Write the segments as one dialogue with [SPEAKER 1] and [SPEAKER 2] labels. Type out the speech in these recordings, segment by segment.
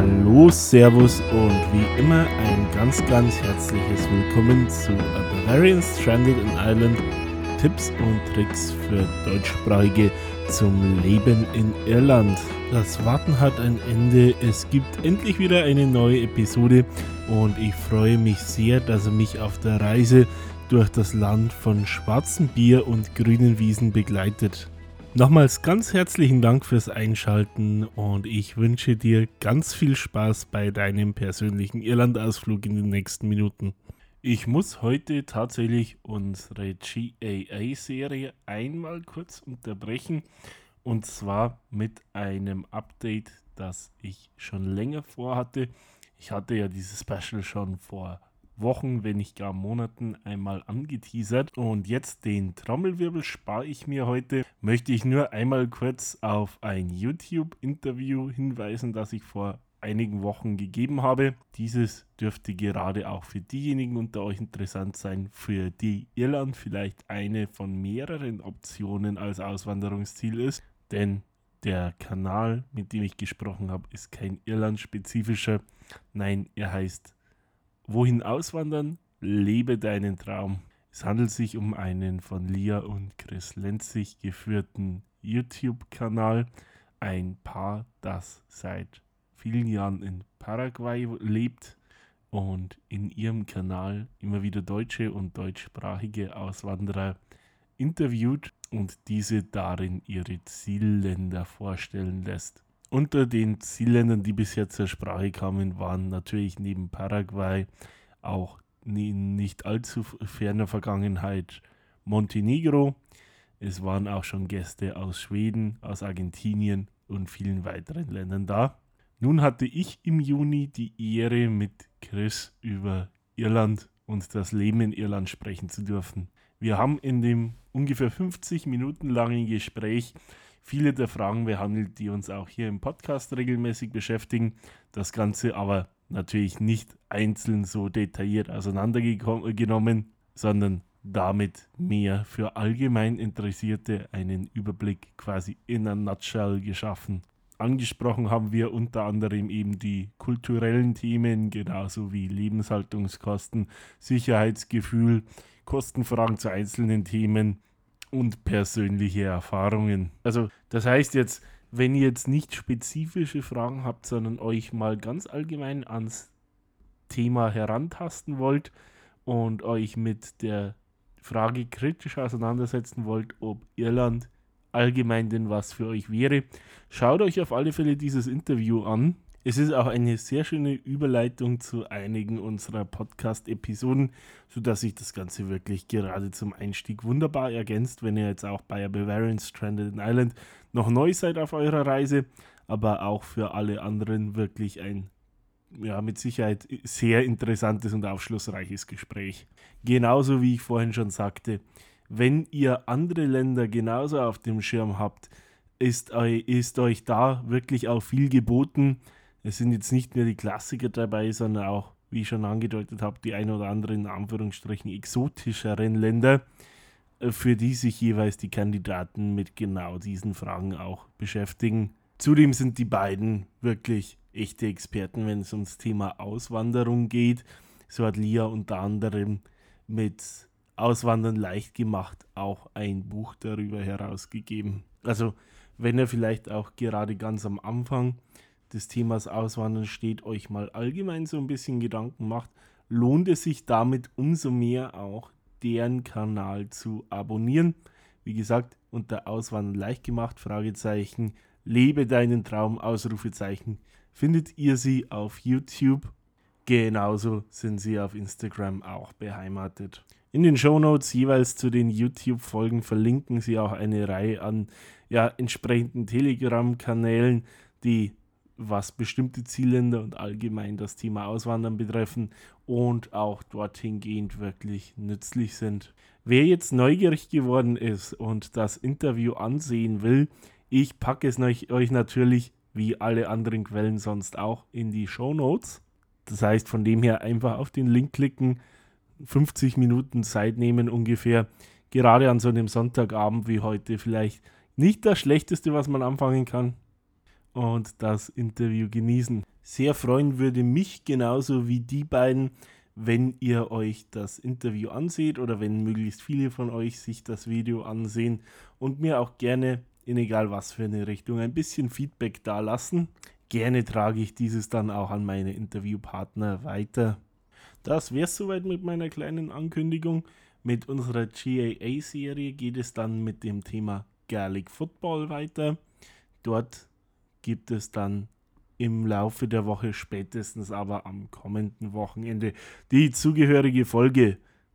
[SPEAKER 1] Hallo, Servus und wie immer ein ganz herzliches Willkommen zu A Bavarian Stranded in Ireland, Tipps und Tricks für Deutschsprachige zum Leben in Irland. Das Warten hat ein Ende, es gibt endlich wieder eine neue Episode und ich freue mich sehr, dass ihr mich auf der Reise durch das Land von schwarzem Bier und grünen Wiesen begleitet. Nochmals ganz herzlichen Dank fürs Einschalten und ich wünsche dir ganz viel Spaß bei deinem persönlichen Irlandausflug in den nächsten Minuten. Ich muss heute tatsächlich unsere GAA-Serie einmal kurz unterbrechen und zwar mit einem Update, das ich schon länger vorhatte. Ich hatte ja dieses Special schon vor Wochen, wenn nicht gar Monaten einmal angeteasert und jetzt den Trommelwirbel spare ich mir heute. Möchte ich nur einmal kurz auf ein YouTube-Interview hinweisen, das ich vor einigen Wochen gegeben habe. Dieses dürfte gerade auch für diejenigen unter euch interessant sein, für die Irland vielleicht eine von mehreren Optionen als Auswanderungsziel ist, denn der Kanal, mit dem ich gesprochen habe, ist kein Irland-spezifischer. Nein, er heißt Wohin auswandern? Lebe deinen Traum. Es handelt sich um einen von Lia und Chris Lenzig geführten YouTube-Kanal. Ein Paar, das seit vielen Jahren in Paraguay lebt und in ihrem Kanal immer wieder deutsche und deutschsprachige Auswanderer interviewt und diese darin ihre Zielländer vorstellen lässt. Unter den Zielländern, die bisher zur Sprache kamen, waren natürlich neben Paraguay auch in nicht allzu ferner Vergangenheit Montenegro. Es waren auch schon Gäste aus Schweden, aus Argentinien und vielen weiteren Ländern da. Nun hatte ich im Juni die Ehre, mit Chris über Irland und das Leben in Irland sprechen zu dürfen. Wir haben in dem ungefähr 50 Minuten langen Gespräch viele der Fragen behandelt, die uns auch hier im Podcast regelmäßig beschäftigen. Das Ganze aber natürlich nicht einzeln so detailliert auseinandergenommen, sondern damit mehr für allgemein Interessierte einen Überblick quasi in a nutshell geschaffen. Angesprochen haben wir unter anderem eben die kulturellen Themen, genauso wie Lebenshaltungskosten, Sicherheitsgefühl, Kostenfragen zu einzelnen Themen und persönliche Erfahrungen. Also das heißt jetzt, wenn ihr jetzt nicht spezifische Fragen habt, sondern euch mal ganz allgemein ans Thema herantasten wollt und euch mit der Frage kritisch auseinandersetzen wollt, ob Irland allgemein denn was für euch wäre, schaut euch auf alle Fälle dieses Interview an. Es ist auch eine sehr schöne Überleitung zu einigen unserer Podcast-Episoden, sodass sich das Ganze wirklich gerade zum Einstieg wunderbar ergänzt, wenn ihr jetzt auch bei A Bavarian Stranded in Ireland noch neu seid auf eurer Reise, aber auch für alle anderen wirklich ein mit Sicherheit sehr interessantes und aufschlussreiches Gespräch. Genauso wie ich vorhin schon sagte, wenn ihr andere Länder genauso auf dem Schirm habt, ist euch da wirklich auch viel geboten. Es sind jetzt nicht nur die Klassiker dabei, sondern auch, wie ich schon angedeutet habe, die ein oder anderen in Anführungsstrichen exotischeren Länder, für die sich jeweils die Kandidaten mit genau diesen Fragen auch beschäftigen. Zudem sind die beiden wirklich echte Experten, wenn es ums Thema Auswanderung geht. So hat Lia unter anderem mit Auswandern leicht gemacht auch ein Buch darüber herausgegeben. Also wenn ihr vielleicht auch gerade ganz am Anfang des Themas Auswandern steht, euch mal allgemein so ein bisschen Gedanken macht, lohnt es sich damit umso mehr auch deren Kanal zu abonnieren. Wie gesagt, unter Auswandern leicht gemacht, Fragezeichen, lebe deinen Traum, Ausrufezeichen, findet ihr sie auf YouTube. Genauso sind sie auf Instagram auch beheimatet. In den Shownotes jeweils zu den YouTube-Folgen verlinken sie auch eine Reihe an entsprechenden Telegram-Kanälen, die was bestimmte Zielländer und allgemein das Thema Auswandern betreffen und auch dorthin gehend wirklich nützlich sind. Wer jetzt neugierig geworden ist und das Interview ansehen will, ich packe es euch natürlich, wie alle anderen Quellen sonst auch, in die Shownotes. Das heißt, von dem her einfach auf den Link klicken, 50 Minuten Zeit nehmen ungefähr. Gerade an so einem Sonntagabend wie heute vielleicht nicht das Schlechteste, was man anfangen kann. Und das Interview genießen. Sehr freuen würde mich genauso wie die beiden, wenn ihr euch das Interview anseht oder wenn möglichst viele von euch sich das Video ansehen und mir auch gerne in egal was für eine Richtung ein bisschen Feedback dalassen. Gerne trage ich dieses dann auch an meine Interviewpartner weiter. Das wäre es soweit mit meiner kleinen Ankündigung. Mit unserer GAA-Serie geht es dann mit dem Thema Gaelic Football weiter. Dort gibt es dann im Laufe der Woche, spätestens aber am kommenden Wochenende, die zugehörige Folge.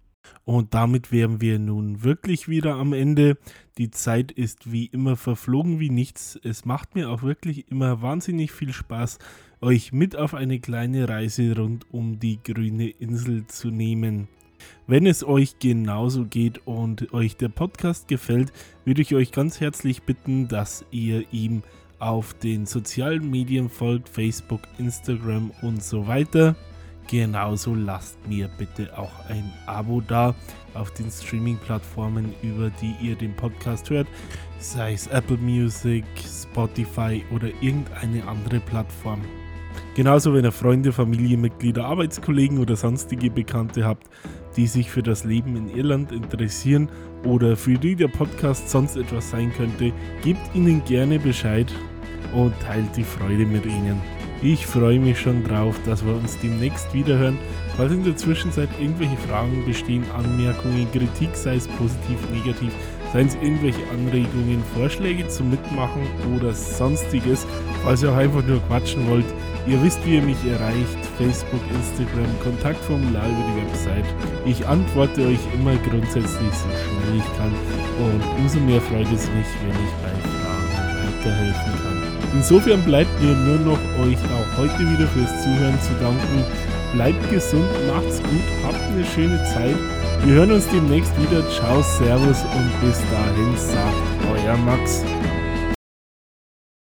[SPEAKER 1] Und damit wären wir nun wirklich wieder am Ende. Die Zeit ist wie immer verflogen wie nichts. Es macht mir auch wirklich immer wahnsinnig viel Spaß, euch mit auf eine kleine Reise rund um die grüne Insel zu nehmen. Wenn es euch genauso geht und euch der Podcast gefällt, würde ich euch ganz herzlich bitten, dass ihr ihm auf den sozialen Medien folgt, Facebook, Instagram und so weiter. Genauso lasst mir bitte auch ein Abo da auf den Streaming-Plattformen, über die ihr den Podcast hört, sei es Apple Music, Spotify oder irgendeine andere Plattform. Genauso, wenn ihr Freunde, Familienmitglieder, Arbeitskollegen oder sonstige Bekannte habt, die sich für das Leben in Irland interessieren oder für die der Podcast sonst etwas sein könnte, gebt ihnen gerne Bescheid und teilt die Freude mit ihnen. Ich freue mich schon drauf, dass wir uns demnächst wiederhören. Falls in der Zwischenzeit irgendwelche Fragen bestehen, Anmerkungen, Kritik, sei es positiv, negativ, seien es irgendwelche Anregungen, Vorschläge zum Mitmachen oder sonstiges, falls ihr auch einfach nur quatschen wollt, ihr wisst, wie ihr mich erreicht, Facebook, Instagram, Kontaktformular über die Website. Ich antworte euch immer grundsätzlich so schnell ich kann und umso mehr freut es mich, wenn ich bei Fragen weiterhelfen kann. Insofern bleibt mir nur noch euch auch heute wieder fürs Zuhören zu danken. Bleibt gesund, macht's gut, habt eine schöne Zeit. Wir hören uns demnächst wieder. Ciao, Servus und bis dahin sagt euer Max.